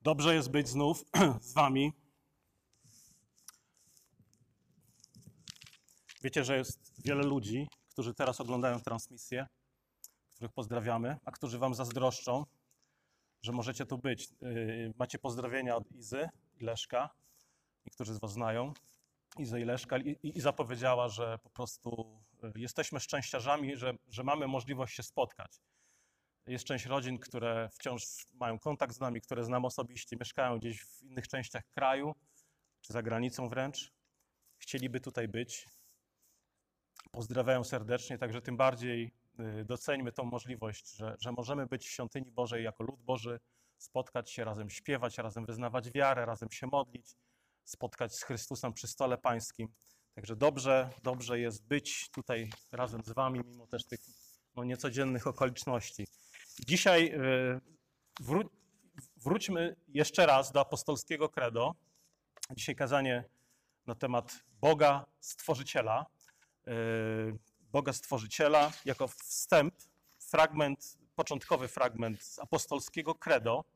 Dobrze jest być znów z wami. Wiecie, że jest wiele ludzi, którzy teraz oglądają transmisję, których pozdrawiamy, a którzy wam zazdroszczą, że możecie tu być. Macie pozdrowienia od Izy i Leszka. Niektórzy z was znają Izę i Leszka. Iza powiedziała, że po prostu jesteśmy szczęściarzami, że mamy możliwość się spotkać. Jest część rodzin, które wciąż mają kontakt z nami, które znam osobiście, mieszkają gdzieś w innych częściach kraju, czy za granicą wręcz. Chcieliby tutaj być. Pozdrawiają serdecznie, także tym bardziej doceńmy tą możliwość, że możemy być w świątyni Bożej jako lud Boży, spotkać się, razem śpiewać, razem wyznawać wiarę, razem się modlić, spotkać z Chrystusem przy stole pańskim. Także dobrze jest być tutaj razem z wami, mimo też tych niecodziennych okoliczności. Dzisiaj wróćmy jeszcze raz do apostolskiego credo. Dzisiaj kazanie na temat Boga Stworzyciela. Boga Stworzyciela jako wstęp, początkowy fragment z apostolskiego credo.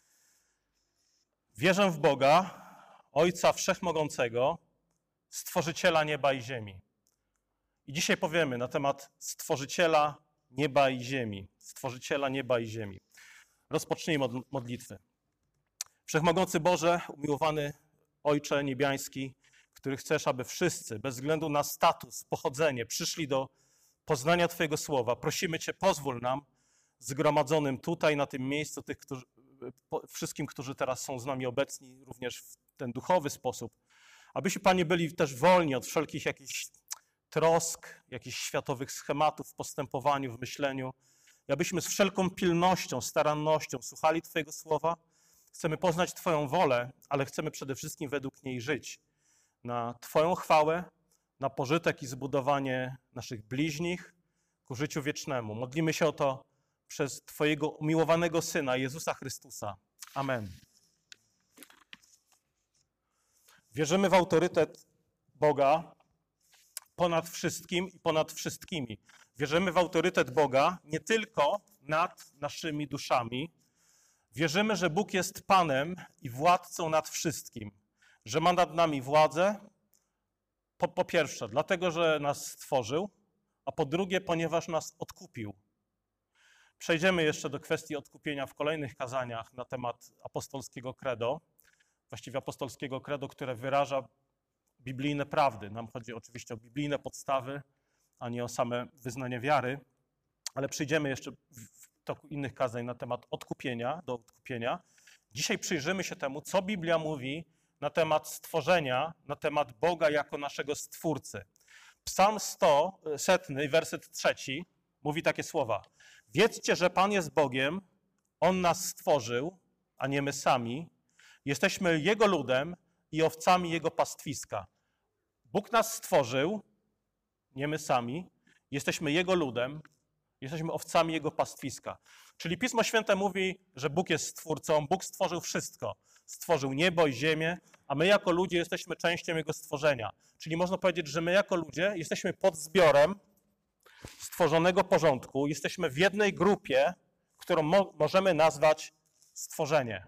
Wierzę w Boga, Ojca Wszechmogącego, Stworzyciela nieba i ziemi. I dzisiaj powiemy na temat Stworzyciela nieba i ziemi. Stworzyciela nieba i ziemi. Rozpocznijmy od modlitwy. Wszechmogący Boże, umiłowany Ojcze niebiański, który chcesz, aby wszyscy, bez względu na status, pochodzenie, przyszli do poznania Twojego Słowa. Prosimy Cię, pozwól nam, zgromadzonym tutaj, na tym miejscu, wszystkim, którzy teraz są z nami obecni, również w ten duchowy sposób, abyśmy, Panie, byli też wolni od wszelkich jakichś trosk, jakichś światowych schematów w postępowaniu, w myśleniu. I abyśmy z wszelką pilnością, starannością słuchali Twojego Słowa. Chcemy poznać Twoją wolę, ale chcemy przede wszystkim według niej żyć. Na Twoją chwałę, na pożytek i zbudowanie naszych bliźnich ku życiu wiecznemu. Modlimy się o to przez Twojego umiłowanego Syna, Jezusa Chrystusa. Amen. Wierzymy w autorytet Boga ponad wszystkim i ponad wszystkimi. Wierzymy w autorytet Boga nie tylko nad naszymi duszami. Wierzymy, że Bóg jest Panem i władcą nad wszystkim. Że ma nad nami władzę, po pierwsze, dlatego, że nas stworzył, a po drugie, ponieważ nas odkupił. Przejdziemy jeszcze do kwestii odkupienia w kolejnych kazaniach na temat apostolskiego credo, właściwie apostolskiego credo, które wyraża biblijne prawdy. Nam chodzi oczywiście o biblijne podstawy, a nie o same wyznanie wiary, ale przyjdziemy jeszcze w toku innych kazań na temat do odkupienia. Dzisiaj przyjrzymy się temu, co Biblia mówi na temat stworzenia, na temat Boga jako naszego Stwórcy. Psalm 100, werset 3 mówi takie słowa. Wiedzcie, że Pan jest Bogiem, On nas stworzył, a nie my sami. Jesteśmy Jego ludem i owcami Jego pastwiska. Bóg nas stworzył, nie my sami. Jesteśmy Jego ludem, jesteśmy owcami Jego pastwiska. Czyli Pismo Święte mówi, że Bóg jest Stwórcą, Bóg stworzył wszystko. Stworzył niebo i ziemię, a my jako ludzie jesteśmy częścią Jego stworzenia. Czyli można powiedzieć, że my jako ludzie jesteśmy pod zbiorem stworzonego porządku, jesteśmy w jednej grupie, którą możemy nazwać stworzenie.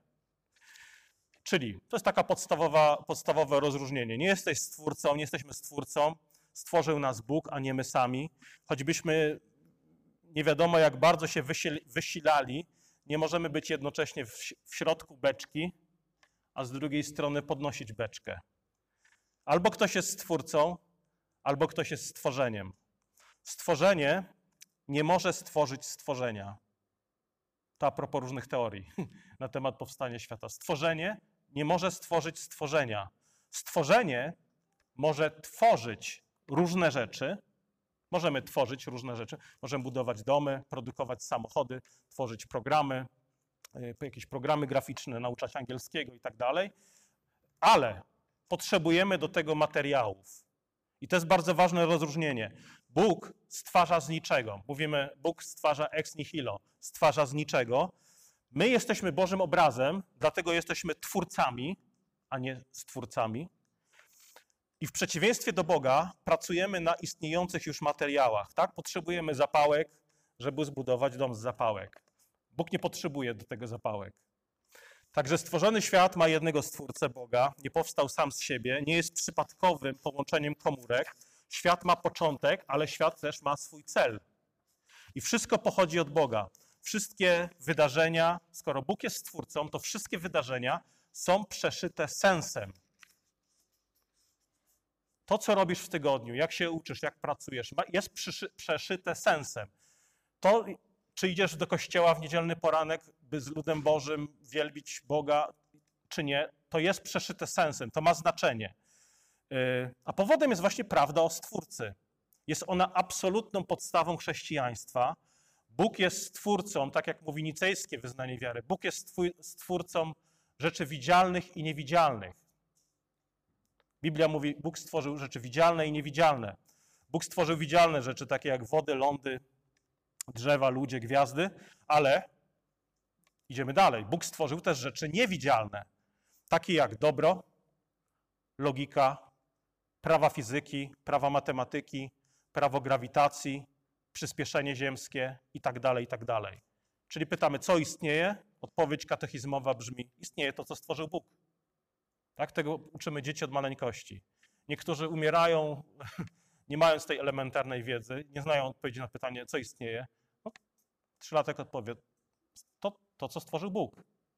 Czyli to jest taka podstawowe rozróżnienie. Nie jesteś Stwórcą, nie jesteśmy Stwórcą, stworzył nas Bóg, a nie my sami. Choćbyśmy nie wiadomo jak bardzo się wysilali, nie możemy być jednocześnie w środku beczki, a z drugiej strony podnosić beczkę. Albo ktoś jest Stwórcą, albo ktoś jest stworzeniem. Stworzenie nie może stworzyć stworzenia. To a propos różnych teorii na temat powstania świata. Stworzenie nie może stworzyć stworzenia. Stworzenie może tworzyć różne rzeczy. Możemy tworzyć różne rzeczy. Możemy budować domy, produkować samochody, tworzyć programy, jakieś programy graficzne, nauczać angielskiego i tak dalej. Ale potrzebujemy do tego materiałów. I to jest bardzo ważne rozróżnienie. Bóg stwarza z niczego. Mówimy, Bóg stwarza ex nihilo, stwarza z niczego. My jesteśmy Bożym obrazem, dlatego jesteśmy twórcami, a nie stwórcami. I w przeciwieństwie do Boga pracujemy na istniejących już materiałach. Tak? Potrzebujemy zapałek, żeby zbudować dom z zapałek. Bóg nie potrzebuje do tego zapałek. Także stworzony świat ma jednego Stwórcę, Boga, nie powstał sam z siebie, nie jest przypadkowym połączeniem komórek. Świat ma początek, ale świat też ma swój cel. I wszystko pochodzi od Boga. Wszystkie wydarzenia, skoro Bóg jest Stwórcą, to wszystkie wydarzenia są przeszyte sensem. To, co robisz w tygodniu, jak się uczysz, jak pracujesz, jest przeszyte sensem. To, czy idziesz do kościoła w niedzielny poranek, by z ludem Bożym wielbić Boga, czy nie, to jest przeszyte sensem, to ma znaczenie. A powodem jest właśnie prawda o Stwórcy. Jest ona absolutną podstawą chrześcijaństwa. Bóg jest Stwórcą, tak jak mówi nicejskie wyznanie wiary, Bóg jest Stwórcą rzeczy widzialnych i niewidzialnych. Biblia mówi, Bóg stworzył rzeczy widzialne i niewidzialne. Bóg stworzył widzialne rzeczy, takie jak wody, lądy, drzewa, ludzie, gwiazdy, ale idziemy dalej. Bóg stworzył też rzeczy niewidzialne, takie jak dobro, logika, prawa fizyki, prawa matematyki, prawo grawitacji, przyspieszenie ziemskie i tak dalej, i tak dalej. Czyli pytamy, co istnieje? Odpowiedź katechizmowa brzmi, istnieje to, co stworzył Bóg. Tak? Tego uczymy dzieci od maleńkości. Niektórzy umierają, nie mając tej elementarnej wiedzy, nie znają odpowiedzi na pytanie, co istnieje. No, 3-latek odpowie, to, co stworzył Bóg.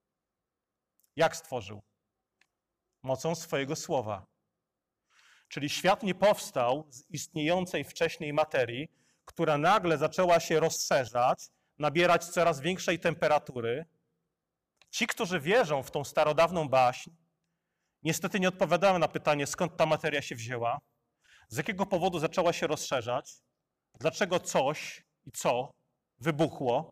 Jak stworzył? Mocą swojego słowa. Czyli świat nie powstał z istniejącej wcześniej materii, która nagle zaczęła się rozszerzać, nabierać coraz większej temperatury. Ci, którzy wierzą w tą starodawną baśń, niestety nie odpowiadają na pytanie, skąd ta materia się wzięła, z jakiego powodu zaczęła się rozszerzać, dlaczego coś i co wybuchło.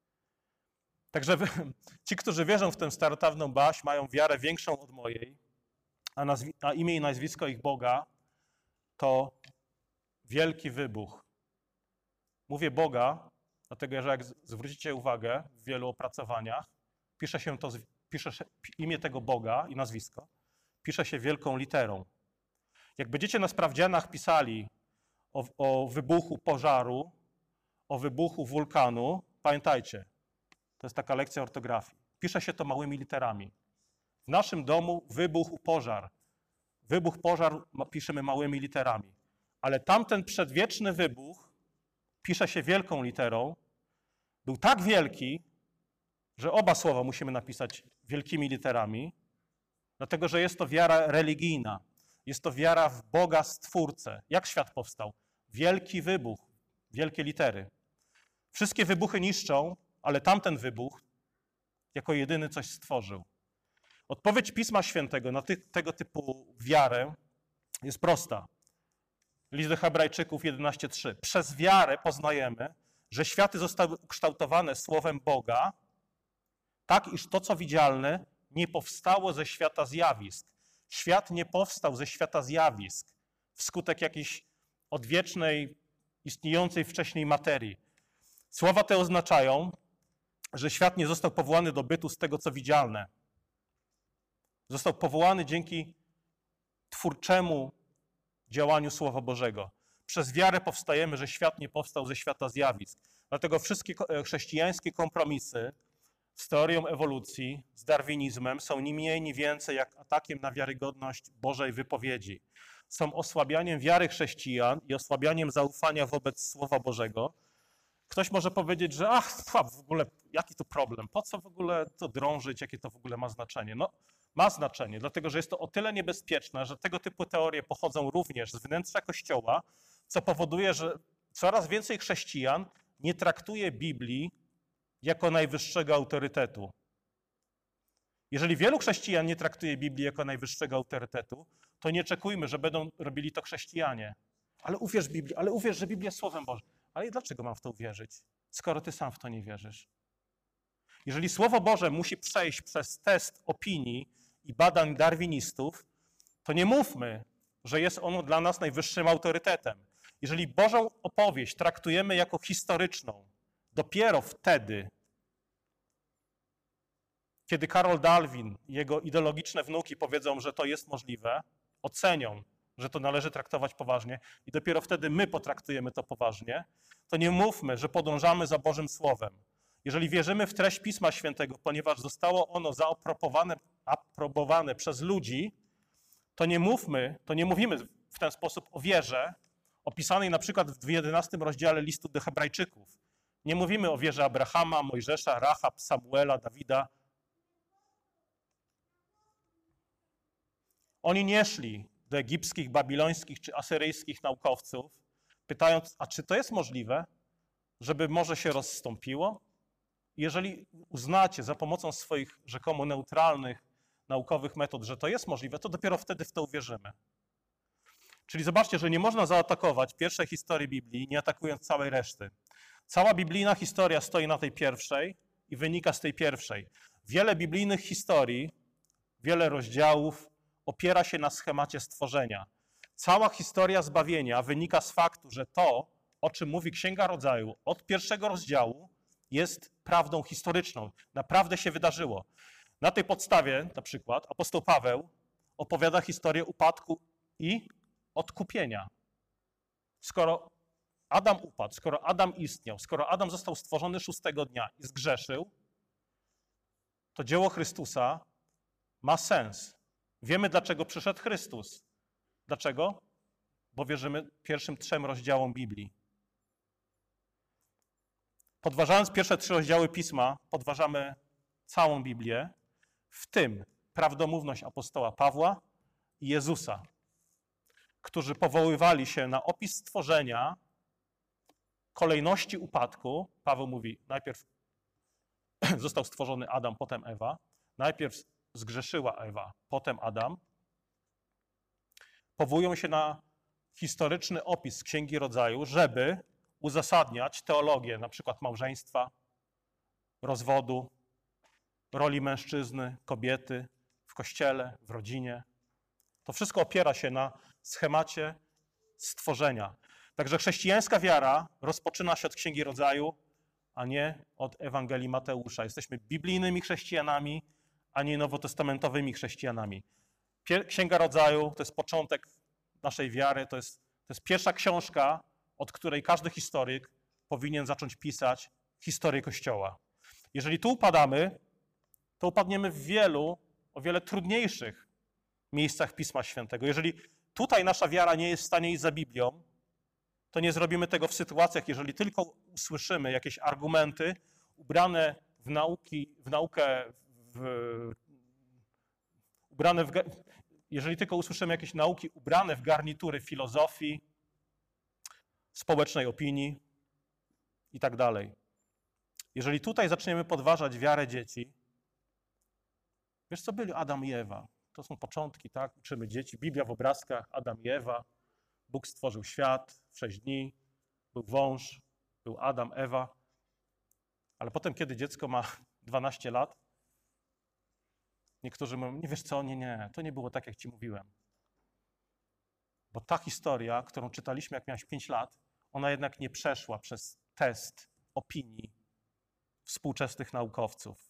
Także ci, którzy wierzą w tę starodawną baśń, mają wiarę większą od mojej, a imię i nazwisko ich Boga to wielki wybuch. Mówię Boga, dlatego że jak zwrócicie uwagę w wielu opracowaniach, pisze się imię tego Boga i nazwisko, pisze się wielką literą. Jak będziecie na sprawdzianach pisali o wybuchu pożaru, o wybuchu wulkanu, pamiętajcie, to jest taka lekcja ortografii. Pisze się to małymi literami. W naszym domu wybuchł pożar. Wybuch pożar piszemy małymi literami. Ale tamten przedwieczny wybuch pisze się wielką literą. Był tak wielki, że oba słowa musimy napisać wielkimi literami, dlatego że jest to wiara religijna. Jest to wiara w Boga Stwórcę. Jak świat powstał? Wielki wybuch, wielkie litery. Wszystkie wybuchy niszczą, ale tamten wybuch jako jedyny coś stworzył. Odpowiedź Pisma Świętego na tego typu wiarę jest prosta. List do Hebrajczyków 11:3. Przez wiarę poznajemy, że światy zostały ukształtowane słowem Boga, tak iż to, co widzialne, nie powstało ze świata zjawisk. Świat nie powstał ze świata zjawisk wskutek jakiejś odwiecznej, istniejącej wcześniej materii. Słowa te oznaczają, że świat nie został powołany do bytu z tego, co widzialne. Został powołany dzięki twórczemu działaniu Słowa Bożego. Przez wiarę powstajemy, że świat nie powstał ze świata zjawisk. Dlatego wszystkie chrześcijańskie kompromisy z teorią ewolucji, z darwinizmem są ni mniej, ni więcej jak atakiem na wiarygodność Bożej wypowiedzi. Są osłabianiem wiary chrześcijan i osłabianiem zaufania wobec Słowa Bożego. Ktoś może powiedzieć, że w ogóle jaki to problem, po co w ogóle to drążyć, jakie to w ogóle ma znaczenie? No, ma znaczenie, dlatego że jest to o tyle niebezpieczne, że tego typu teorie pochodzą również z wnętrza Kościoła, co powoduje, że coraz więcej chrześcijan nie traktuje Biblii jako najwyższego autorytetu. Jeżeli wielu chrześcijan nie traktuje Biblii jako najwyższego autorytetu, to nie oczekujmy, że będą robili to chrześcijanie. Ale uwierz Biblii, ale uwierz, że Biblia jest Słowem Bożym. Ale dlaczego mam w to uwierzyć, skoro ty sam w to nie wierzysz? Jeżeli Słowo Boże musi przejść przez test opinii i badań darwinistów, to nie mówmy, że jest ono dla nas najwyższym autorytetem. Jeżeli Bożą opowieść traktujemy jako historyczną, dopiero wtedy, kiedy Karol Darwin i jego ideologiczne wnuki powiedzą, że to jest możliwe, ocenią, że to należy traktować poważnie i dopiero wtedy my potraktujemy to poważnie, to nie mówmy, że podążamy za Bożym Słowem. Jeżeli wierzymy w treść Pisma Świętego, ponieważ zostało ono zaaprobowane przez ludzi, to nie mówimy w ten sposób o wierze opisanej na przykład w 11 rozdziale listu do Hebrajczyków. Nie mówimy o wierze Abrahama, Mojżesza, Rahab, Samuela, Dawida. Oni nie szli do egipskich, babilońskich czy asyryjskich naukowców, pytając, a czy to jest możliwe, żeby morze się rozstąpiło? Jeżeli uznacie za pomocą swoich rzekomo neutralnych, naukowych metod, że to jest możliwe, to dopiero wtedy w to uwierzymy. Czyli zobaczcie, że nie można zaatakować pierwszej historii Biblii, nie atakując całej reszty. Cała biblijna historia stoi na tej pierwszej i wynika z tej pierwszej. Wiele biblijnych historii, wiele rozdziałów opiera się na schemacie stworzenia. Cała historia zbawienia wynika z faktu, że to, o czym mówi Księga Rodzaju od pierwszego rozdziału, jest prawdą historyczną. Naprawdę się wydarzyło. Na tej podstawie, na przykład, apostoł Paweł opowiada historię upadku i odkupienia. Skoro Adam upadł, skoro Adam istniał, skoro Adam został stworzony 6 dnia i zgrzeszył, to dzieło Chrystusa ma sens. Wiemy, dlaczego przyszedł Chrystus. Dlaczego? Bo wierzymy pierwszym 3 rozdziałom Biblii. Podważając pierwsze 3 rozdziały Pisma, podważamy całą Biblię, w tym prawdomówność apostoła Pawła i Jezusa, którzy powoływali się na opis stworzenia, kolejności upadku. Paweł mówi, najpierw został stworzony Adam, potem Ewa. Najpierw zgrzeszyła Ewa, potem Adam. Powołują się na historyczny opis Księgi Rodzaju, żeby uzasadniać teologię, na przykład małżeństwa, rozwodu, roli mężczyzny, kobiety w kościele, w rodzinie. To wszystko opiera się na schemacie stworzenia. Także chrześcijańska wiara rozpoczyna się od Księgi Rodzaju, a nie od Ewangelii Mateusza. Jesteśmy biblijnymi chrześcijanami, a nie nowotestamentowymi chrześcijanami. Księga Rodzaju to jest początek naszej wiary, to jest pierwsza książka, od której każdy historyk powinien zacząć pisać historię Kościoła. Jeżeli tu upadamy, to upadniemy w o wiele trudniejszych miejscach Pisma Świętego. Jeżeli tutaj nasza wiara nie jest w stanie iść za Biblią, to nie zrobimy tego w sytuacjach, jeżeli tylko usłyszymy jakieś argumenty ubrane jeżeli tylko usłyszymy jakieś nauki ubrane w garnitury filozofii, społecznej opinii i tak dalej. Jeżeli tutaj zaczniemy podważać wiarę dzieci, wiesz co, byli Adam i Ewa. To są początki, tak? Uczymy dzieci. Biblia w obrazkach, Adam i Ewa. Bóg stworzył świat w 6 dni. Był wąż, był Adam, Ewa. Ale potem, kiedy dziecko ma 12 lat, niektórzy mówią, nie wiesz co, nie, to nie było tak, jak ci mówiłem. Bo ta historia, którą czytaliśmy, jak miałeś 5 lat, ona jednak nie przeszła przez test opinii współczesnych naukowców.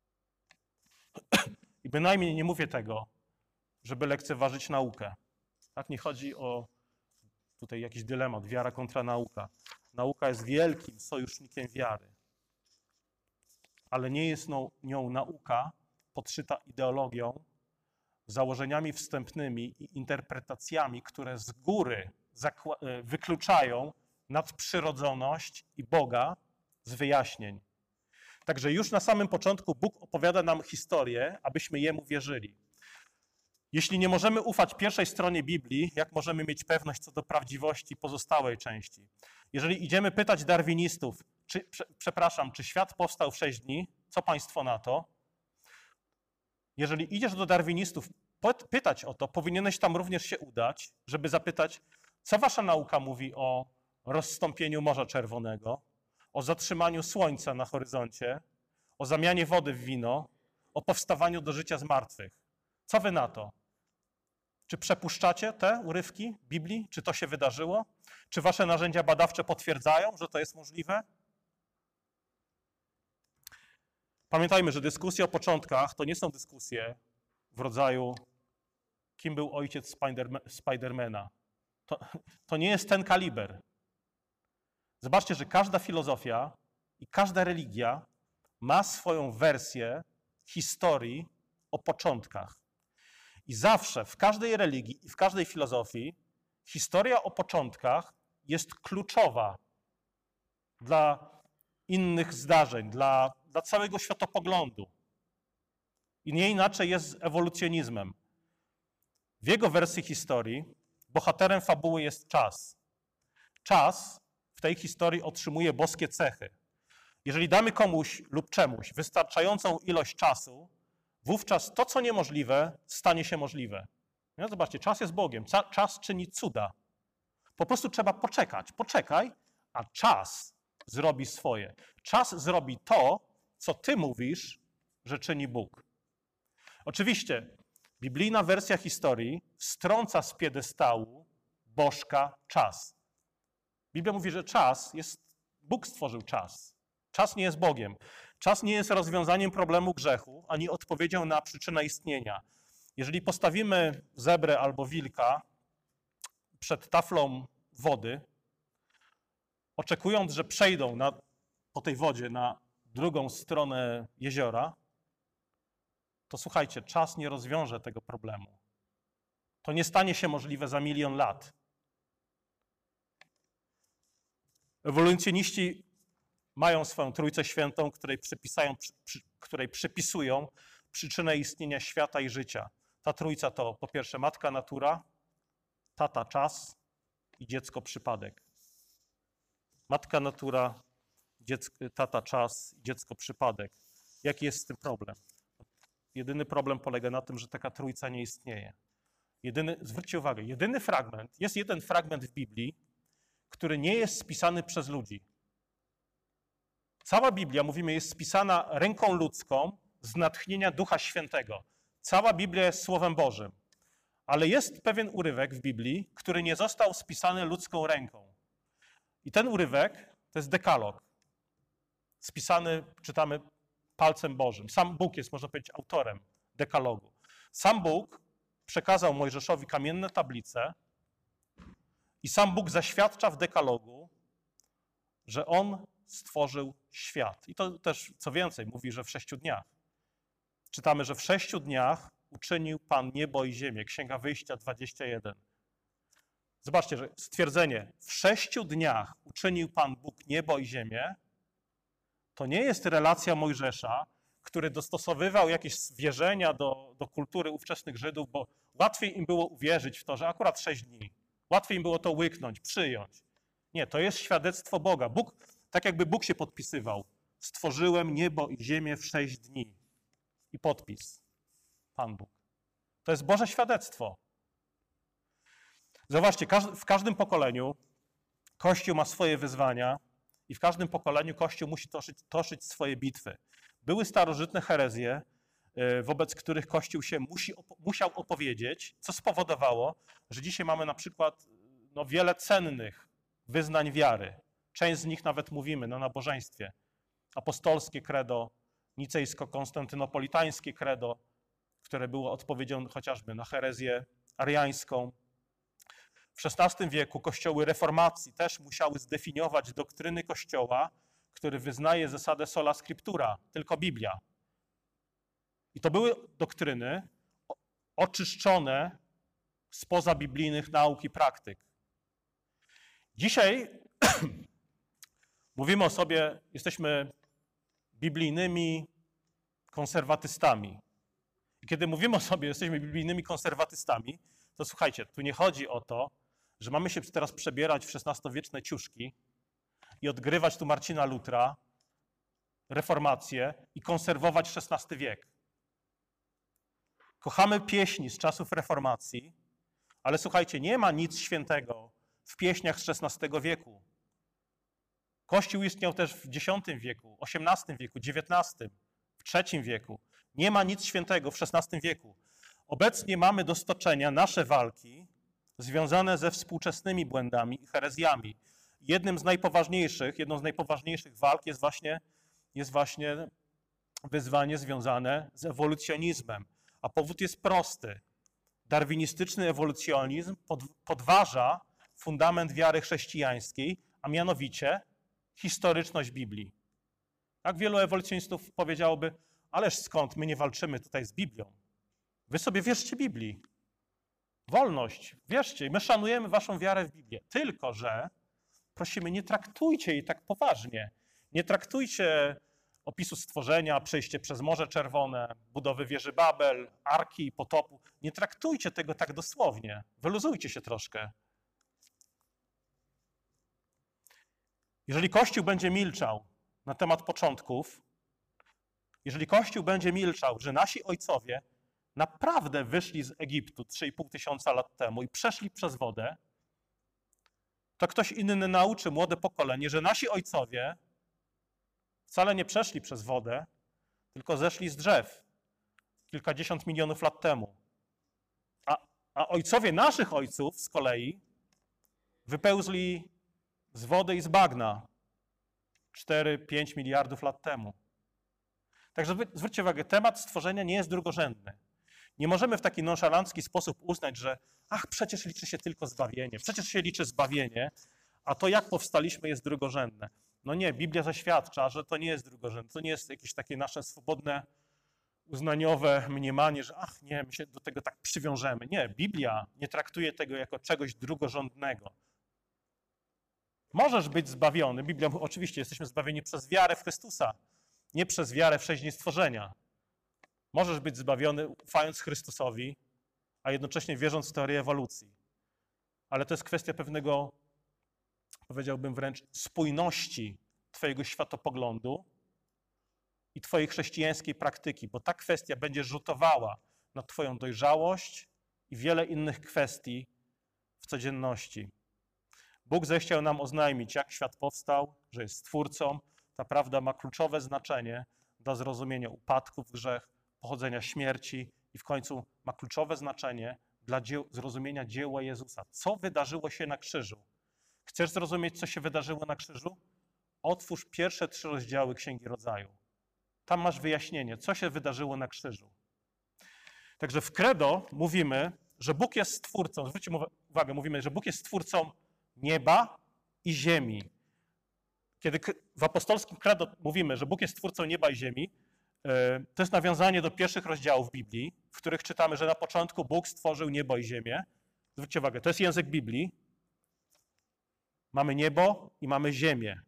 I bynajmniej nie mówię tego, żeby lekceważyć naukę. Tak, nie chodzi o tutaj jakiś dylemat, wiara kontra nauka. Nauka jest wielkim sojusznikiem wiary. Ale nie jest nią nauka podszyta ideologią, założeniami wstępnymi i interpretacjami, które z góry wykluczają nadprzyrodzoność i Boga z wyjaśnień. Także już na samym początku Bóg opowiada nam historię, abyśmy Jemu wierzyli. Jeśli nie możemy ufać pierwszej stronie Biblii, jak możemy mieć pewność co do prawdziwości pozostałej części? Jeżeli idziemy pytać darwinistów, czy świat powstał w 6 dni, co państwo na to? Jeżeli idziesz do darwinistów pytać o to, powinieneś tam również się udać, żeby zapytać, co wasza nauka mówi o rozstąpieniu Morza Czerwonego, o zatrzymaniu Słońca na horyzoncie, o zamianie wody w wino, o powstawaniu do życia z martwych. Co wy na to? Czy przepuszczacie te urywki Biblii? Czy to się wydarzyło? Czy wasze narzędzia badawcze potwierdzają, że to jest możliwe? Pamiętajmy, że dyskusje o początkach to nie są dyskusje w rodzaju kim był ojciec Spidermana. To nie jest ten kaliber. Zobaczcie, że każda filozofia i każda religia ma swoją wersję historii o początkach. I zawsze w każdej religii i w każdej filozofii historia o początkach jest kluczowa dla innych zdarzeń, dla całego światopoglądu. I nie inaczej jest z ewolucjonizmem. W jego wersji historii bohaterem fabuły jest czas. Czas w tej historii otrzymuje boskie cechy. Jeżeli damy komuś lub czemuś wystarczającą ilość czasu, wówczas to, co niemożliwe, stanie się możliwe. No zobaczcie, czas jest Bogiem, czas czyni cuda. Po prostu trzeba poczekać. Poczekaj, a czas zrobi swoje. Czas zrobi to, co ty mówisz, że czyni Bóg. Oczywiście biblijna wersja historii strąca z piedestału bożka czas. Biblia mówi, że czas jest, Bóg stworzył czas. Czas nie jest Bogiem. Czas nie jest rozwiązaniem problemu grzechu, ani odpowiedzią na przyczynę istnienia. Jeżeli postawimy zebrę albo wilka przed taflą wody, oczekując, że przejdą po tej wodzie na drugą stronę jeziora, to słuchajcie, czas nie rozwiąże tego problemu. To nie stanie się możliwe za 1 000 000 lat. Ewolucjoniści mają swoją Trójcę Świętą, której przypisują przyczynę istnienia świata i życia. Ta trójca to po pierwsze matka natura, tata czas i dziecko przypadek. Matka natura, tata czas i dziecko przypadek. Jaki jest z tym problem? Jedyny problem polega na tym, że taka trójca nie istnieje. Zwróćcie uwagę, jest jeden fragment w Biblii, który nie jest spisany przez ludzi. Cała Biblia, mówimy, jest spisana ręką ludzką z natchnienia Ducha Świętego. Cała Biblia jest Słowem Bożym. Ale jest pewien urywek w Biblii, który nie został spisany ludzką ręką. I ten urywek to jest dekalog. Spisany, czytamy, palcem Bożym. Sam Bóg jest, można powiedzieć, autorem dekalogu. Sam Bóg przekazał Mojżeszowi kamienne tablice i sam Bóg zaświadcza w dekalogu, że On stworzył świat. I to też, co więcej, mówi, że w 6 dniach. Czytamy, że w 6 dniach uczynił Pan niebo i ziemię. Księga Wyjścia 21. Zobaczcie, że stwierdzenie w 6 dniach uczynił Pan Bóg niebo i ziemię, to nie jest relacja Mojżesza, który dostosowywał jakieś wierzenia do kultury ówczesnych Żydów, bo łatwiej im było uwierzyć w to, że akurat 6 dni. Łatwiej im było to łyknąć, przyjąć. Nie, to jest świadectwo Boga. Bóg, tak jakby Bóg się podpisywał. Stworzyłem niebo i ziemię w 6 dni. I podpis. Pan Bóg. To jest Boże świadectwo. Zobaczcie, w każdym pokoleniu Kościół ma swoje wyzwania i w każdym pokoleniu Kościół musi toczyć swoje bitwy. Były starożytne herezje, wobec których Kościół się musiał opowiedzieć, co spowodowało, że dzisiaj mamy na przykład wiele cennych wyznań wiary. Część z nich nawet mówimy na nabożeństwie. Apostolskie credo, nicejsko-konstantynopolitańskie credo, które było odpowiedzią chociażby na herezję ariańską. W XVI wieku kościoły reformacji też musiały zdefiniować doktryny Kościoła, który wyznaje zasadę sola scriptura, tylko Biblia. I to były doktryny oczyszczone spoza biblijnych nauk i praktyk. Dzisiaj mówimy o sobie, jesteśmy biblijnymi konserwatystami. I kiedy mówimy o sobie, jesteśmy biblijnymi konserwatystami, to słuchajcie, tu nie chodzi o to, że mamy się teraz przebierać w XVI-wieczne ciuszki i odgrywać tu Marcina Lutra, reformację i konserwować XVI wiek. Kochamy pieśni z czasów reformacji, ale słuchajcie, nie ma nic świętego w pieśniach z XVI wieku. Kościół istniał też w X wieku, XVIII wieku, XIX, w III wieku. Nie ma nic świętego w XVI wieku. Obecnie mamy do stoczenia nasze walki związane ze współczesnymi błędami i herezjami. Jedną z najpoważniejszych walk jest właśnie wyzwanie związane z ewolucjonizmem. A powód jest prosty. Darwinistyczny ewolucjonizm podważa fundament wiary chrześcijańskiej, a mianowicie historyczność Biblii. Tak wielu ewolucjonistów powiedziałoby, ależ skąd, my nie walczymy tutaj z Biblią. Wy sobie wierzcie Biblii. Wolność, wierzcie, my szanujemy waszą wiarę w Biblię. Tylko że prosimy, nie traktujcie jej tak poważnie. Nie traktujcie opisu stworzenia, przejście przez Morze Czerwone, budowy wieży Babel, Arki i potopu. Nie traktujcie tego tak dosłownie. Wyluzujcie się troszkę. Jeżeli Kościół będzie milczał na temat początków, jeżeli Kościół będzie milczał, że nasi ojcowie naprawdę wyszli z Egiptu 3,5 tysiąca lat temu i przeszli przez wodę, to ktoś inny nauczy młode pokolenie, że nasi ojcowie wcale nie przeszli przez wodę, tylko zeszli z drzew kilkadziesiąt milionów lat temu. A ojcowie naszych ojców z kolei wypełzli z wody i z bagna 4-5 miliardów lat temu. Także zwróćcie uwagę, temat stworzenia nie jest drugorzędny. Nie możemy w taki nonszalancki sposób uznać, że przecież liczy się tylko zbawienie, przecież się liczy zbawienie, a to jak powstaliśmy jest drugorzędne. No nie, Biblia zaświadcza, że to nie jest drugorzędne, to nie jest jakieś takie nasze swobodne, uznaniowe mniemanie, że nie, my się do tego tak przywiążemy. Nie, Biblia nie traktuje tego jako czegoś drugorzędnego. Możesz być zbawiony. Biblia, oczywiście jesteśmy zbawieni przez wiarę w Chrystusa, nie przez wiarę w 6 dni stworzenia. Możesz być zbawiony ufając Chrystusowi, a jednocześnie wierząc w teorię ewolucji. Ale to jest kwestia pewnego, powiedziałbym wręcz, spójności twojego światopoglądu i twojej chrześcijańskiej praktyki, bo ta kwestia będzie rzutowała na twoją dojrzałość i wiele innych kwestii w codzienności. Bóg zechciał nam oznajmić, jak świat powstał, że jest Stwórcą. Ta prawda ma kluczowe znaczenie dla zrozumienia upadku w grzech, pochodzenia śmierci i w końcu ma kluczowe znaczenie dla zrozumienia dzieła Jezusa. Co wydarzyło się na krzyżu? Chcesz zrozumieć, co się wydarzyło na krzyżu? Otwórz pierwsze 3 rozdziały Księgi Rodzaju. Tam masz wyjaśnienie, co się wydarzyło na krzyżu. Także w Credo mówimy, że Bóg jest Stwórcą. Zwróćcie uwagę, mówimy, że Bóg jest Stwórcą nieba i ziemi. Kiedy w apostolskim Credo mówimy, że Bóg jest Stwórcą nieba i ziemi, to jest nawiązanie do pierwszych rozdziałów Biblii, w których czytamy, że na początku Bóg stworzył niebo i ziemię. Zwróćcie uwagę, to jest język Biblii. Mamy niebo i mamy ziemię.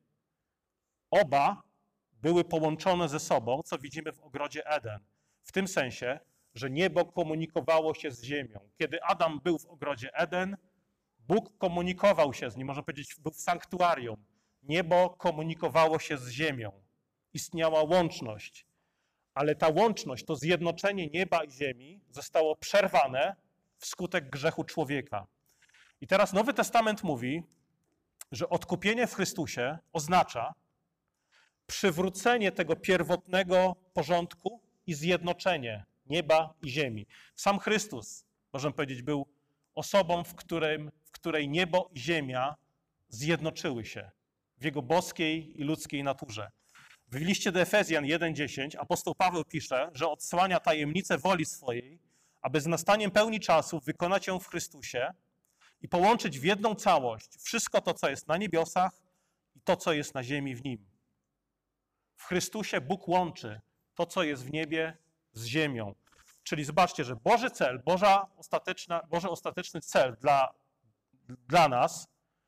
Oba były połączone ze sobą, co widzimy w ogrodzie Eden. W tym sensie, że niebo komunikowało się z ziemią. Kiedy Adam był w ogrodzie Eden, Bóg komunikował się z nim, można powiedzieć, był w sanktuarium. Niebo komunikowało się z ziemią. Istniała łączność. Ale ta łączność, to zjednoczenie nieba i ziemi zostało przerwane wskutek grzechu człowieka. I teraz Nowy Testament mówi, że odkupienie w Chrystusie oznacza przywrócenie tego pierwotnego porządku i zjednoczenie nieba i ziemi. Sam Chrystus, możemy powiedzieć, był osobą, w której niebo i ziemia zjednoczyły się w jego boskiej i ludzkiej naturze. W liście do Efezjan 1:10 apostoł Paweł pisze, że odsłania tajemnicę woli swojej, aby z nastaniem pełni czasu wykonać ją w Chrystusie i połączyć w jedną całość wszystko to, co jest na niebiosach i to, co jest na ziemi w Nim. W Chrystusie Bóg łączy to, co jest w niebie, z ziemią. Czyli zobaczcie, że Boży cel, Boży ostateczny cel dla nas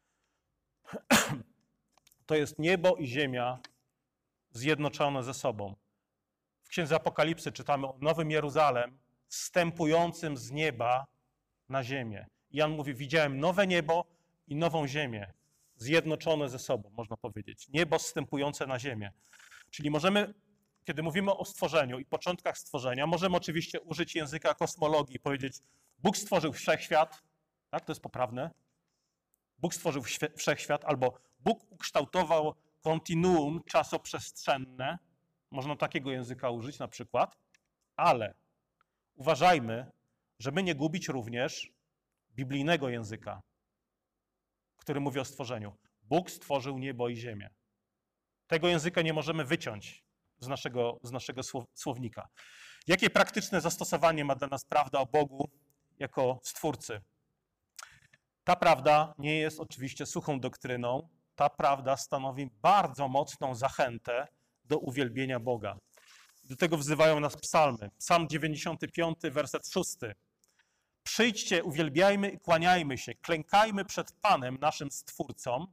to jest niebo i ziemia zjednoczone ze sobą. W Księdze Apokalipsy czytamy o Nowym Jeruzalem zstępującym z nieba na ziemię. Jan mówi, widziałem nowe niebo i nową ziemię zjednoczone ze sobą, można powiedzieć. Niebo zstępujące na ziemię. Czyli możemy, kiedy mówimy o stworzeniu i początkach stworzenia, możemy oczywiście użyć języka kosmologii i powiedzieć, Bóg stworzył wszechświat, tak, to jest poprawne. Bóg stworzył wszechświat, albo Bóg ukształtował kontinuum czasoprzestrzenne. Można takiego języka użyć na przykład, ale uważajmy, żeby nie gubić również biblijnego języka, który mówi o stworzeniu. Bóg stworzył niebo i ziemię. Tego języka nie możemy wyciąć z naszego słownika. Jakie praktyczne zastosowanie ma dla nas prawda o Bogu jako Stwórcy? Ta prawda nie jest oczywiście suchą doktryną. Ta prawda stanowi bardzo mocną zachętę do uwielbienia Boga. Do tego wzywają nas psalmy. Psalm 95, werset 6. Przyjdźcie, uwielbiajmy i kłaniajmy się, klękajmy przed Panem, naszym Stwórcą.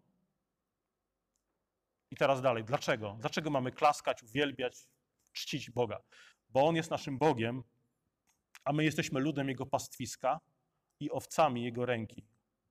I teraz dalej. Dlaczego? Dlaczego mamy klaskać, uwielbiać, czcić Boga? Bo On jest naszym Bogiem, a my jesteśmy ludem Jego pastwiska i owcami Jego ręki.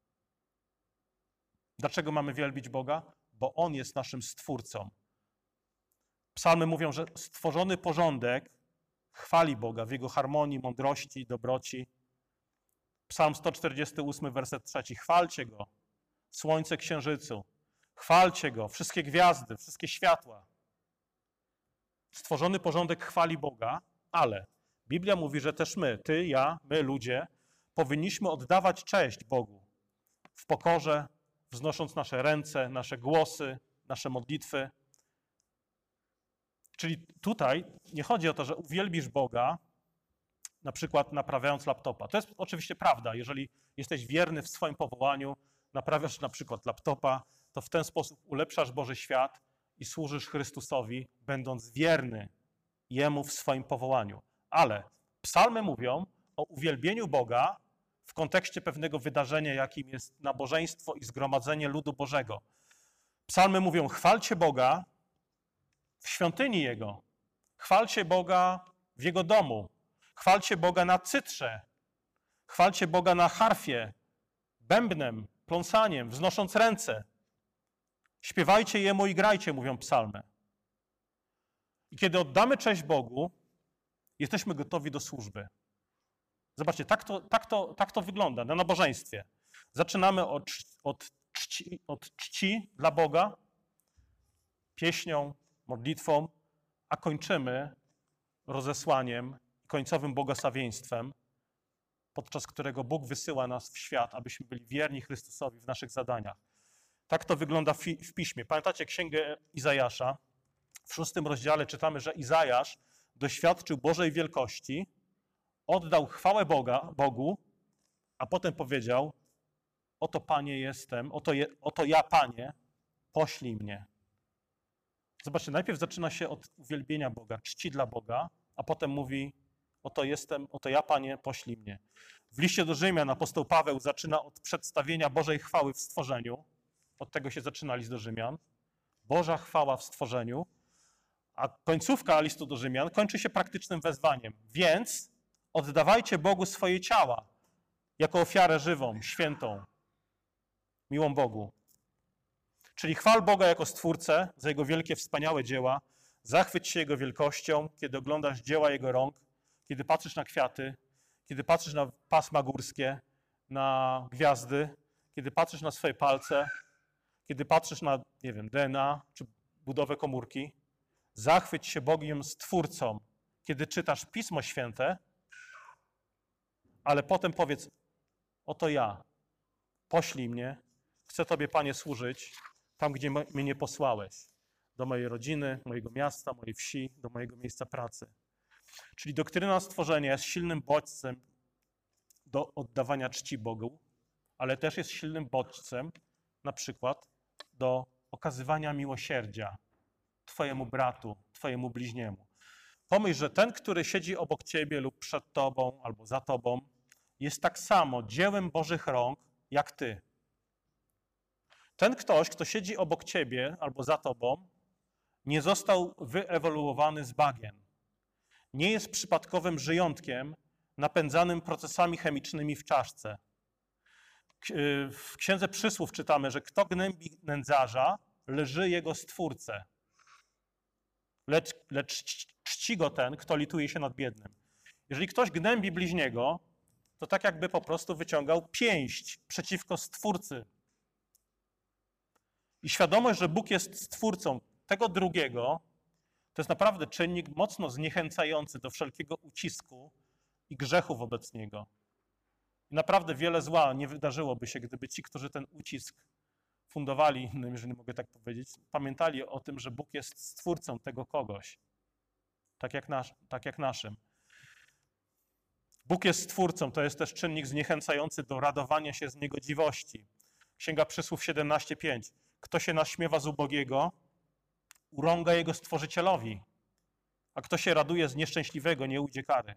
Dlaczego mamy wielbić Boga? Bo On jest naszym Stwórcą. Psalmy mówią, że stworzony porządek chwali Boga w Jego harmonii, mądrości, dobroci. Psalm 148, werset 3. Chwalcie Go, słońce, księżycu. Chwalcie Go, wszystkie gwiazdy, wszystkie światła. Stworzony porządek chwali Boga, ale Biblia mówi, że też my, ty, ja, my ludzie, powinniśmy oddawać cześć Bogu w pokorze, wznosząc nasze ręce, nasze głosy, nasze modlitwy. Czyli tutaj nie chodzi o to, że uwielbisz Boga, na przykład naprawiając laptopa. To jest oczywiście prawda. Jeżeli jesteś wierny w swoim powołaniu, naprawiasz na przykład laptopa, to w ten sposób ulepszasz Boży świat i służysz Chrystusowi, będąc wierny Jemu w swoim powołaniu. Ale psalmy mówią o uwielbieniu Boga w kontekście pewnego wydarzenia, jakim jest nabożeństwo i zgromadzenie ludu Bożego. Psalmy mówią: chwalcie Boga w świątyni Jego, chwalcie Boga w Jego domu, chwalcie Boga na cytrze, chwalcie Boga na harfie, bębnem, pląsaniem, wznosząc ręce. Śpiewajcie Jemu i grajcie, mówią psalmy. I kiedy oddamy cześć Bogu, jesteśmy gotowi do służby. Zobaczcie, tak to wygląda na nabożeństwie. Zaczynamy od czci dla Boga, pieśnią, modlitwą, a kończymy rozesłaniem, końcowym błogosławieństwem, podczas którego Bóg wysyła nas w świat, abyśmy byli wierni Chrystusowi w naszych zadaniach. Tak to wygląda w Piśmie. Pamiętacie Księgę Izajasza? W 6 rozdziale czytamy, że Izajasz doświadczył Bożej wielkości, oddał chwałę Bogu, a potem powiedział: oto Panie jestem, oto ja, Panie, poślij mnie. Zobaczcie, najpierw zaczyna się od uwielbienia Boga, czci dla Boga, a potem mówi: oto jestem, oto ja, Panie, poślij mnie. W liście do Rzymian apostoł Paweł zaczyna od przedstawienia Bożej chwały w stworzeniu. Od tego się zaczyna list do Rzymian. Boża chwała w stworzeniu. A końcówka listu do Rzymian kończy się praktycznym wezwaniem. Więc oddawajcie Bogu swoje ciała jako ofiarę żywą, świętą, miłą Bogu. Czyli chwal Boga jako Stwórcę za Jego wielkie, wspaniałe dzieła. Zachwyć się Jego wielkością, kiedy oglądasz dzieła Jego rąk, kiedy patrzysz na kwiaty, kiedy patrzysz na pasma górskie, na gwiazdy, kiedy patrzysz na swoje palce, kiedy patrzysz na, nie wiem, DNA czy budowę komórki. Zachwyć się Bogiem Stwórcą, kiedy czytasz Pismo Święte, ale potem powiedz: oto ja, poślij mnie, chcę Tobie, Panie, służyć tam, gdzie mnie posłałeś, do mojej rodziny, mojego miasta, mojej wsi, do mojego miejsca pracy. Czyli doktryna stworzenia jest silnym bodźcem do oddawania czci Bogu, ale też jest silnym bodźcem na przykład do okazywania miłosierdzia Twojemu bratu, Twojemu bliźniemu. Pomyśl, że ten, który siedzi obok Ciebie lub przed Tobą albo za Tobą, jest tak samo dziełem Bożych rąk jak Ty. Ten ktoś, kto siedzi obok Ciebie albo za Tobą, nie został wyewoluowany z bagien. Nie jest przypadkowym żyjątkiem napędzanym procesami chemicznymi w czaszce. W Księdze Przysłów czytamy, że kto gnębi nędzarza, lży jego Stwórcę. Lecz czci go ten, kto lituje się nad biednym. Jeżeli ktoś gnębi bliźniego, to tak jakby po prostu wyciągał pięść przeciwko Stwórcy. I świadomość, że Bóg jest Stwórcą tego drugiego, to jest naprawdę czynnik mocno zniechęcający do wszelkiego ucisku i grzechu wobec Niego. I naprawdę wiele zła nie wydarzyłoby się, gdyby ci, którzy ten ucisk fundowali innym, jeżeli mogę tak powiedzieć, pamiętali o tym, że Bóg jest Stwórcą tego kogoś, tak jak naszym. Bóg jest Stwórcą, to jest też czynnik zniechęcający do radowania się z niegodziwości. Księga Przysłów 17:5. Kto się naśmiewa z ubogiego, urąga jego Stworzycielowi. A kto się raduje z nieszczęśliwego, nie ujdzie kary.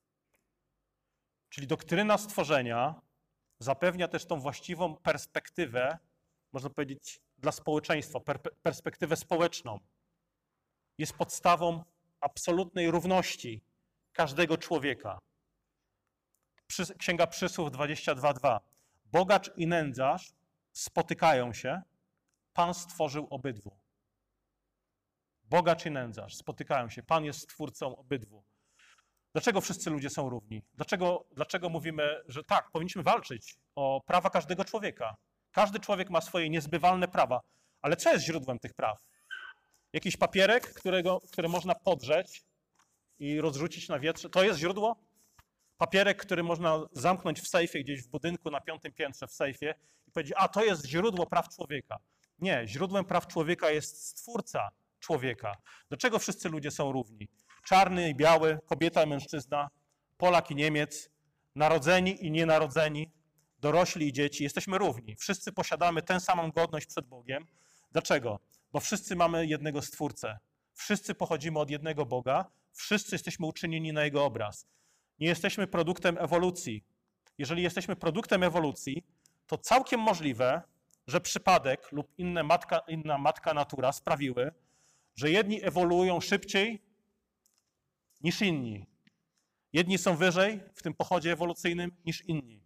Czyli doktryna stworzenia zapewnia też tą właściwą perspektywę, można powiedzieć, dla społeczeństwa, perspektywę społeczną. Jest podstawą absolutnej równości każdego człowieka. Księga Przysłów 22:2. Bogacz i nędzarz spotykają się, Pan stworzył obydwu. Bogacz i nędzarz spotykają się, Pan jest stwórcą obydwu. Dlaczego wszyscy ludzie są równi? Dlaczego mówimy, że tak, powinniśmy walczyć o prawa każdego człowieka? Każdy człowiek ma swoje niezbywalne prawa, ale co jest źródłem tych praw? Jakiś papierek, który można podrzeć i rozrzucić na wietrze, to jest źródło? Papierek, który można zamknąć w sejfie gdzieś w budynku na 5. piętrze w sejfie i powiedzieć, a to jest źródło praw człowieka. Nie, źródłem praw człowieka jest Stwórca człowieka. Dlaczego wszyscy ludzie są równi? Czarny i biały, kobieta i mężczyzna, Polak i Niemiec, narodzeni i nienarodzeni, dorośli i dzieci, jesteśmy równi. Wszyscy posiadamy tę samą godność przed Bogiem. Dlaczego? Bo wszyscy mamy jednego Stwórcę. Wszyscy pochodzimy od jednego Boga, wszyscy jesteśmy uczynieni na Jego obraz. Nie jesteśmy produktem ewolucji. Jeżeli jesteśmy produktem ewolucji, to całkiem możliwe, że przypadek lub inna matka natura sprawiły, że jedni ewoluują szybciej niż inni. Jedni są wyżej w tym pochodzie ewolucyjnym niż inni.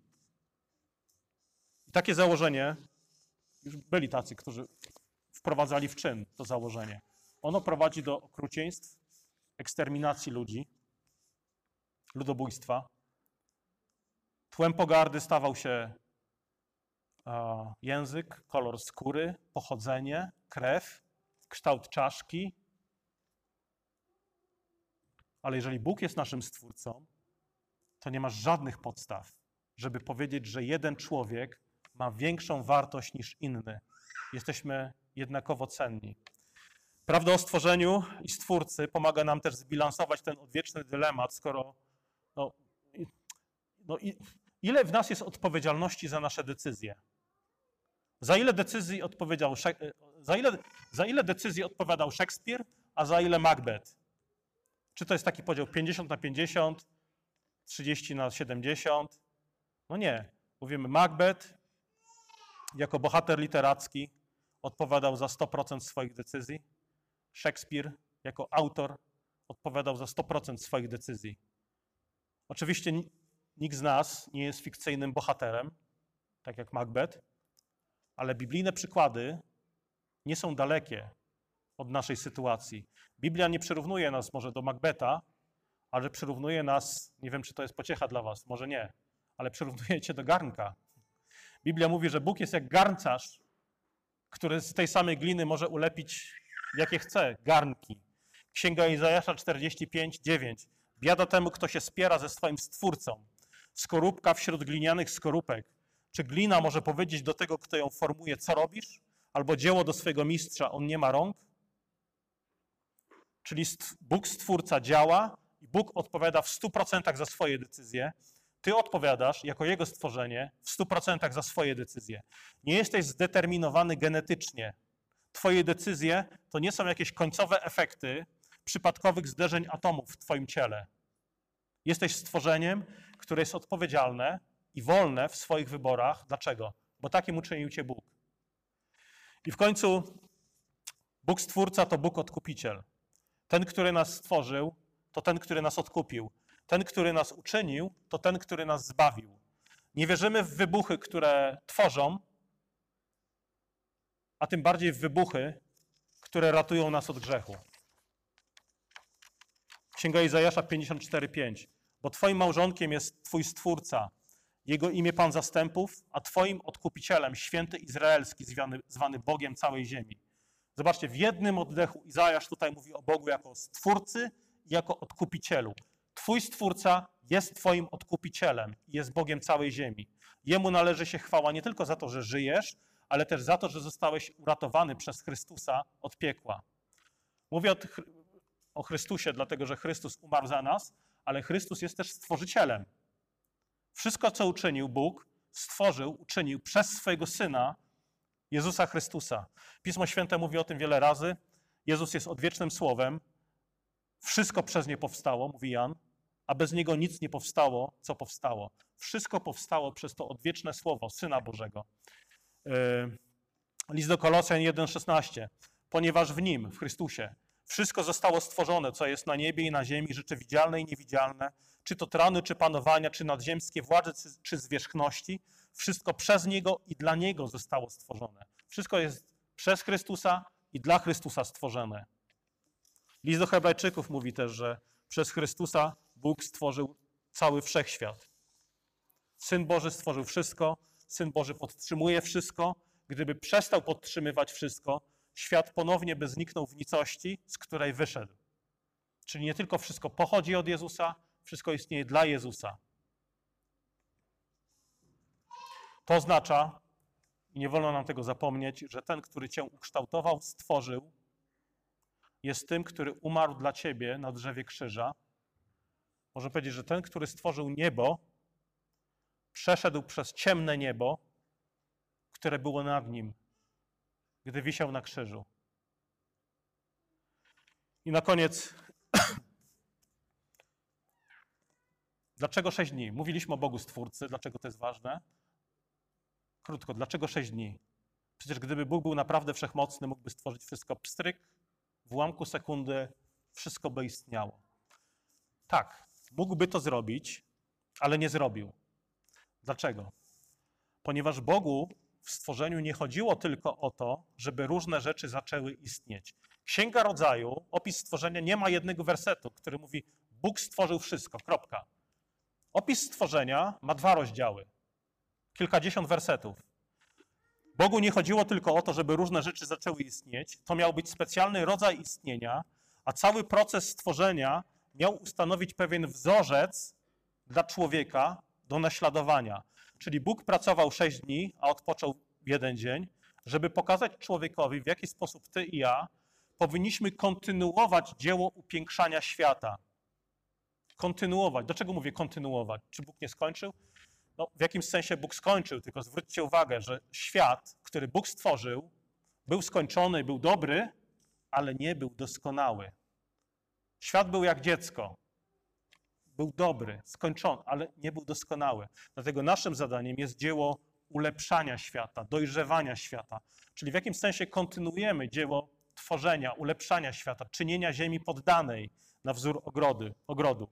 I takie założenie, już byli tacy, którzy wprowadzali w czyn to założenie. Ono prowadzi do okrucieństw, eksterminacji ludzi, ludobójstwa. Tłem pogardy stawał się język, kolor skóry, pochodzenie, krew, kształt czaszki. Ale jeżeli Bóg jest naszym Stwórcą, to nie masz żadnych podstaw, żeby powiedzieć, że jeden człowiek ma większą wartość niż inny. Jesteśmy jednakowo cenni. Prawda o stworzeniu i Stwórcy pomaga nam też zbilansować ten odwieczny dylemat, skoro ile w nas jest odpowiedzialności za nasze decyzje? Za ile decyzji odpowiadał Szekspir, a za ile Macbeth? Czy to jest taki podział 50/50, 30/70? No nie. Mówimy, Macbeth jako bohater literacki odpowiadał za 100% swoich decyzji. Szekspir jako autor odpowiadał za 100% swoich decyzji. Oczywiście nikt z nas nie jest fikcyjnym bohaterem, tak jak Macbeth, ale biblijne przykłady nie są dalekie od naszej sytuacji. Biblia nie przyrównuje nas może do Macbeta, ale przyrównuje nas, nie wiem, czy to jest pociecha dla was, może nie, ale przyrównuje cię do garnka. Biblia mówi, że Bóg jest jak garncarz, który z tej samej gliny może ulepić, jakie chce, garnki. Księga Izajasza 45:9. Biada temu, kto się spiera ze swoim Stwórcą. Skorupka wśród glinianych skorupek. Czy glina może powiedzieć do tego, kto ją formuje, co robisz? Albo dzieło do swojego mistrza, on nie ma rąk? Czyli Bóg Stwórca działa i Bóg odpowiada w 100% za swoje decyzje. Ty odpowiadasz jako Jego stworzenie w 100% za swoje decyzje. Nie jesteś zdeterminowany genetycznie. Twoje decyzje to nie są jakieś końcowe efekty przypadkowych zderzeń atomów w twoim ciele. Jesteś stworzeniem, które jest odpowiedzialne i wolne w swoich wyborach. Dlaczego? Bo takim uczynił cię Bóg. I w końcu Bóg Stwórca to Bóg Odkupiciel. Ten, który nas stworzył, to ten, który nas odkupił. Ten, który nas uczynił, to ten, który nas zbawił. Nie wierzymy w wybuchy, które tworzą, a tym bardziej w wybuchy, które ratują nas od grzechu. Księga Izajasza 54:5. Bo twoim małżonkiem jest twój Stwórca, jego imię Pan Zastępów, a twoim odkupicielem Święty Izraelski, zwany Bogiem całej ziemi. Zobaczcie, w jednym oddechu Izajasz tutaj mówi o Bogu jako Stwórcy i jako Odkupicielu. Twój Stwórca jest twoim Odkupicielem i jest Bogiem całej ziemi. Jemu należy się chwała nie tylko za to, że żyjesz, ale też za to, że zostałeś uratowany przez Chrystusa od piekła. Mówię o Chrystusie, dlatego że Chrystus umarł za nas, ale Chrystus jest też Stworzycielem. Wszystko, co uczynił Bóg, uczynił przez swojego Syna, Jezusa Chrystusa. Pismo Święte mówi o tym wiele razy. Jezus jest odwiecznym Słowem. Wszystko przez nie powstało, mówi Jan, a bez niego nic nie powstało, co powstało. Wszystko powstało przez to odwieczne Słowo Syna Bożego. List do Kolosjan 1,16. Ponieważ w Nim, w Chrystusie, wszystko zostało stworzone, co jest na niebie i na ziemi, rzeczy widzialne i niewidzialne, czy to trony, czy panowania, czy nadziemskie władze, czy zwierzchności. Wszystko przez Niego i dla Niego zostało stworzone. Wszystko jest przez Chrystusa i dla Chrystusa stworzone. List do Hebrajczyków mówi też, że przez Chrystusa Bóg stworzył cały wszechświat. Syn Boży stworzył wszystko, Syn Boży podtrzymuje wszystko. Gdyby przestał podtrzymywać wszystko, świat ponownie by zniknął w nicości, z której wyszedł. Czyli nie tylko wszystko pochodzi od Jezusa, wszystko istnieje dla Jezusa. To oznacza, i nie wolno nam tego zapomnieć, że ten, który Cię ukształtował, stworzył, jest tym, który umarł dla Ciebie na drzewie krzyża. Można powiedzieć, że ten, który stworzył niebo, przeszedł przez ciemne niebo, które było nad nim, gdy wisiał na krzyżu. I na koniec, dlaczego 6 dni? Mówiliśmy o Bogu Stwórcy, dlaczego to jest ważne? Krótko, dlaczego 6 dni? Przecież gdyby Bóg był naprawdę wszechmocny, mógłby stworzyć wszystko pstryk, w ułamku sekundy wszystko by istniało. Tak, mógłby to zrobić, ale nie zrobił. Dlaczego? Ponieważ Bogu w stworzeniu nie chodziło tylko o to, żeby różne rzeczy zaczęły istnieć. Księga Rodzaju, opis stworzenia, nie ma jednego wersetu, który mówi Bóg stworzył wszystko, kropka. Opis stworzenia ma 2 rozdziały, kilkadziesiąt wersetów. Bogu nie chodziło tylko o to, żeby różne rzeczy zaczęły istnieć. To miał być specjalny rodzaj istnienia, a cały proces stworzenia miał ustanowić pewien wzorzec dla człowieka do naśladowania. Czyli Bóg pracował 6 dni, a odpoczął 1 dzień, żeby pokazać człowiekowi, w jaki sposób ty i ja powinniśmy kontynuować dzieło upiększania świata. Kontynuować. Do czego mówię kontynuować? Czy Bóg nie skończył? No, w jakimś sensie Bóg skończył, tylko zwróćcie uwagę, że świat, który Bóg stworzył, był skończony, był dobry, ale nie był doskonały. Świat był jak dziecko. Był dobry, skończony, ale nie był doskonały. Dlatego naszym zadaniem jest dzieło ulepszania świata, dojrzewania świata. Czyli w jakimś sensie kontynuujemy dzieło tworzenia, ulepszania świata, czynienia ziemi poddanej na wzór ogrodu.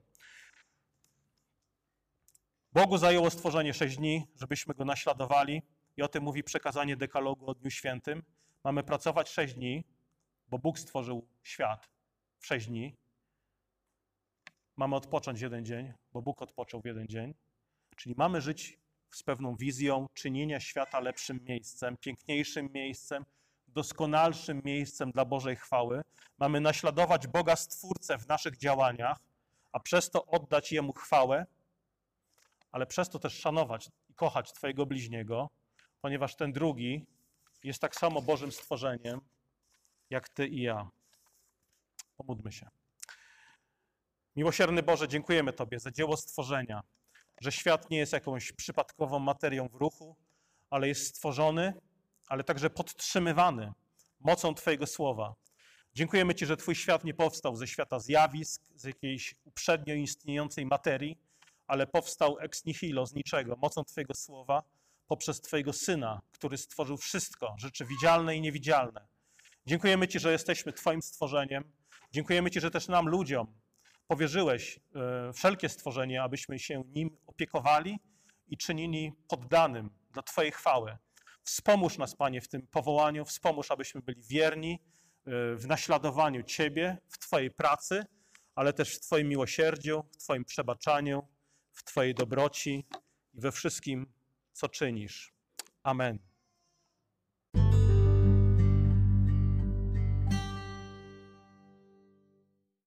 Bogu zajęło stworzenie 6 dni, żebyśmy Go naśladowali i o tym mówi przekazanie dekalogu o Dniu Świętym. Mamy pracować 6 dni, bo Bóg stworzył świat w 6 dni. Mamy odpocząć 1 dzień, bo Bóg odpoczął w 1 dzień. Czyli mamy żyć z pewną wizją czynienia świata lepszym miejscem, piękniejszym miejscem, doskonalszym miejscem dla Bożej chwały. Mamy naśladować Boga Stwórcę w naszych działaniach, a przez to oddać Jemu chwałę, ale przez to też szanować i kochać Twojego bliźniego, ponieważ ten drugi jest tak samo Bożym stworzeniem, jak Ty i ja. Pomódlmy się. Miłosierny Boże, dziękujemy Tobie za dzieło stworzenia, że świat nie jest jakąś przypadkową materią w ruchu, ale jest stworzony, ale także podtrzymywany mocą Twojego słowa. Dziękujemy Ci, że Twój świat nie powstał ze świata zjawisk, z jakiejś uprzednio istniejącej materii, ale powstał ex nihilo, z niczego, mocą Twojego słowa, poprzez Twojego Syna, który stworzył wszystko, rzeczy widzialne i niewidzialne. Dziękujemy Ci, że jesteśmy Twoim stworzeniem. Dziękujemy Ci, że też nam, ludziom, powierzyłeś wszelkie stworzenie, abyśmy się nim opiekowali i czynili poddanym dla Twojej chwały. Wspomóż nas, Panie, w tym powołaniu, wspomóż, abyśmy byli wierni w naśladowaniu Ciebie, w Twojej pracy, ale też w Twoim miłosierdziu, w Twoim przebaczaniu, w Twojej dobroci i we wszystkim, co czynisz. Amen.